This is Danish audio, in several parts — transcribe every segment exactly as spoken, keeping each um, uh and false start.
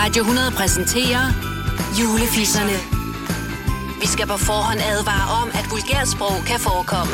Radio hundrede præsenterer Julefisserne. Vi skal på forhånd advare om, at vulgært sprog kan forekomme.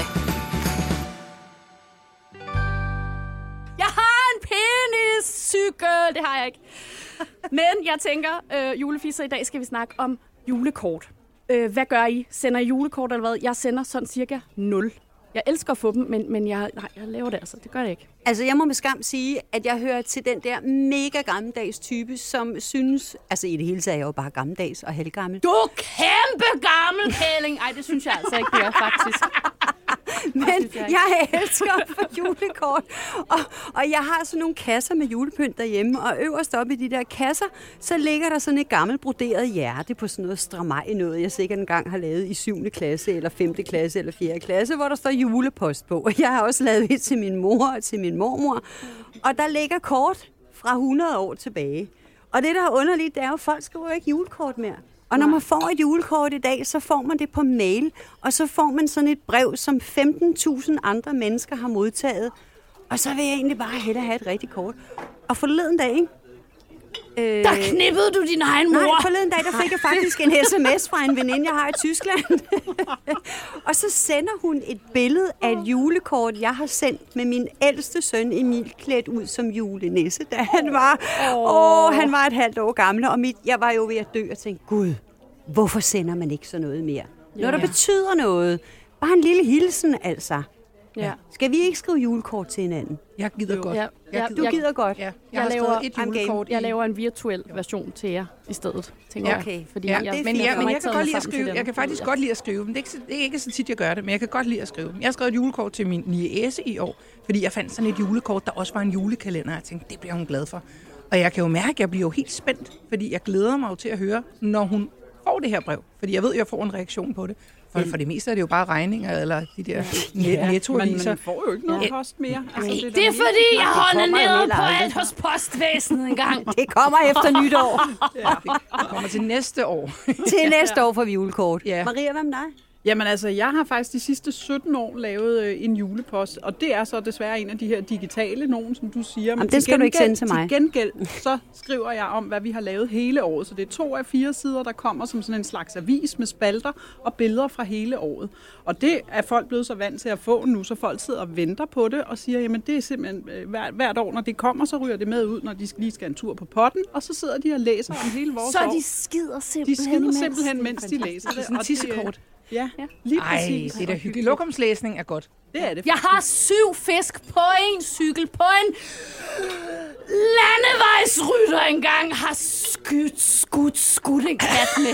Jeg har en peniscykel! Det har jeg ikke. Men jeg tænker, øh, julefisser, i dag skal vi snakke om julekort. Øh, hvad gør I? Sender I julekort eller hvad? Jeg sender sådan cirka nul. Jeg elsker at få dem, men, men jeg, nej, jeg laver det altså. Det gør jeg ikke. Altså, jeg må med skam sige, at jeg hører til den der mega gammeldags type, som synes... Altså, i det hele taget er jeg jo bare gammeldags og halvgammel. Du er kæmpe gammel, Kælling! Ej, det synes jeg altså ikke, det er faktisk. Men jeg elsker at få julekort, og, og jeg har sådan nogle kasser med julepynt derhjemme, og øverst oppe i de der kasser, så ligger der sådan et gammelt broderet hjerte på sådan noget stramaj noget, jeg sikkert engang har lavet i syvende klasse, eller femte klasse, eller fjerde klasse, hvor der står julepost på. Og jeg har også lavet et til min mor og til min mormor, og der ligger kort fra hundrede år tilbage. Og det, der er underligt, det er jo, at folk skriver ikke julekort mere. Og når man får et julekort i dag, så får man det på mail, og så får man sådan et brev, som femten tusind andre mennesker har modtaget. Og så vil jeg egentlig bare hellere have et rigtigt kort. Og forleden dag, ikke? Øh, der knippede du din egen mor. Nej, forleden dag, der fik jeg faktisk en sms fra en veninde, jeg har i Tyskland. Og så sender hun et billede af et julekort, jeg har sendt med min ældste søn Emil klædt ud som julenisse, da han var, oh. Åh, han var et halvt år gammel, og mit, jeg var jo ved at dø og tænkte, gud, hvorfor sender man ikke sådan noget mere? Når der betyder noget. Bare en lille hilsen, altså. Ja. Skal vi ikke skrive julekort til hinanden? Jeg gider jo. godt. Ja, ja, du gider godt. Ja. Jeg, jeg har laver et julekort. Jeg laver en virtuel version til jer i stedet, tænker ja. jeg. Fordi ja, jeg, det men, jeg, men jeg kan godt lide at skrive. Jeg kan faktisk ja. godt lide at skrive dem. Det er, ikke, det er ikke så tit, jeg gør det, men jeg kan godt lide at skrive dem. Jeg har skrevet et julekort til min niece i år, fordi jeg fandt sådan et julekort, der også var en julekalender. Jeg tænkte, det bliver hun glad for. Og jeg kan jo mærke, at jeg bliver jo helt spændt, fordi jeg glæder mig jo til at høre, når hun får det her brev. Fordi jeg ved, at jeg får en reaktion på det. For, for det meste er det jo bare regninger, eller de der ja, nettoaviser. Man får jo ikke noget post mere. Altså, det, det er fordi, jeg holder nede på alt hos postvæsenet en gang. Det kommer efter nytår. Ja, det kommer til næste år. Til næste år får vi julekort. Ja. Maria, hvad med dig? Jamen altså, jeg har faktisk de sidste sytten år lavet øh, en julepost, og det er så desværre en af de her digitale nogen, som du siger. Men det skal du ikke sende til mig. Til gengæld, så skriver jeg om, hvad vi har lavet hele året. Så det er to af fire sider, der kommer som sådan en slags avis med spalter og billeder fra hele året. Og det er folk blevet så vant til at få nu, så folk sidder og venter på det og siger, jamen det er simpelthen øh, hvert, hvert år, når det kommer, så ryger det med ud, når de lige skal en tur på potten, og så sidder de og læser om hele vores så år. Så de skider simpelthen, de skider simpelthen mens de læser det. Sådan en tissekort. Ja, lige præcis. Ej, det er da hyggeligt. Lokumslæsning er godt. Det er det. Jeg har syv fisk på en cykel på en landevejsrytter engang har skudt, skudt, skudt en kat med.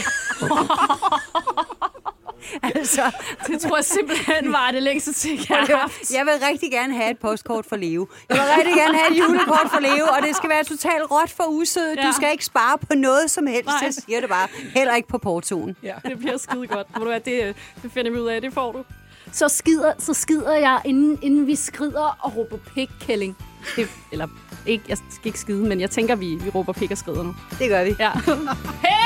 Altså, det tror jeg simpelthen var det længste ting, jeg har haft. Jeg vil rigtig gerne have et postkort for Leo. Jeg vil rigtig gerne have et julekort for Leo, og det skal være totalt råt for usødet. Ja. Du skal ikke spare på noget som helst. Nej. Jeg siger det bare. Heller ikke på portoen. Ja. Det bliver skide godt. Må du være, det, det finder vi ud af. Det får du. Så skider, så skider jeg, inden, inden vi skrider og råber pik, Kælling. Det, eller ikke, jeg skal ikke skide, men jeg tænker, vi, vi råber pik og skrider nu. Det gør vi. Ja. Hey!